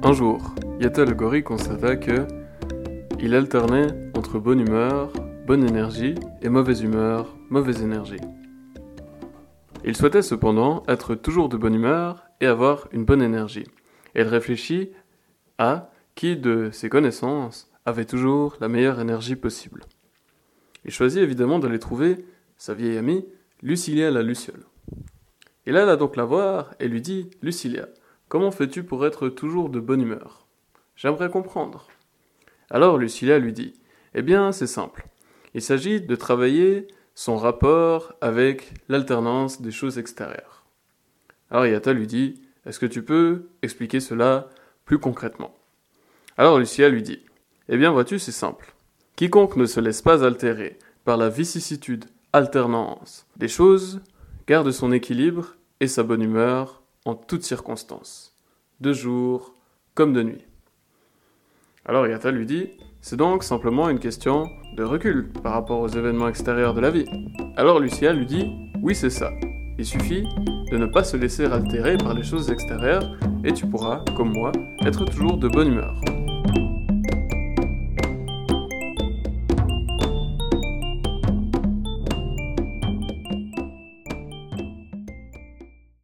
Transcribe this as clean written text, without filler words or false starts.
Un jour, Yatta le gorille constata que il alternait entre bonne humeur, bonne énergie et mauvaise humeur, mauvaise énergie. Il souhaitait cependant être toujours de bonne humeur et avoir une bonne énergie. Et il réfléchit à qui de ses connaissances avait toujours la meilleure énergie possible. Il choisit évidemment d'aller trouver sa vieille amie, Lucilia la Luciole. Il alla donc la voir et lui dit « Lucilia, comment fais-tu pour être toujours de bonne humeur ? J'aimerais comprendre. » Alors Lucilia lui dit « Eh bien, c'est simple. Il s'agit de travailler son rapport avec l'alternance des choses extérieures. » Alors Yatta lui dit « Est-ce que tu peux expliquer cela plus concrètement ?» Alors Lucilia lui dit « Eh bien, vois-tu, c'est simple. Quiconque ne se laisse pas altérer par la vicissitude, alternance des choses, garde son équilibre et sa bonne humeur en toutes circonstances, de jour comme de nuit. » Alors Yatta lui dit « C'est donc simplement une question de recul par rapport aux événements extérieurs de la vie. » Alors Lucia lui dit « Oui, c'est ça. Il suffit de ne pas se laisser altérer par les choses extérieures et tu pourras, comme moi, être toujours de bonne humeur. »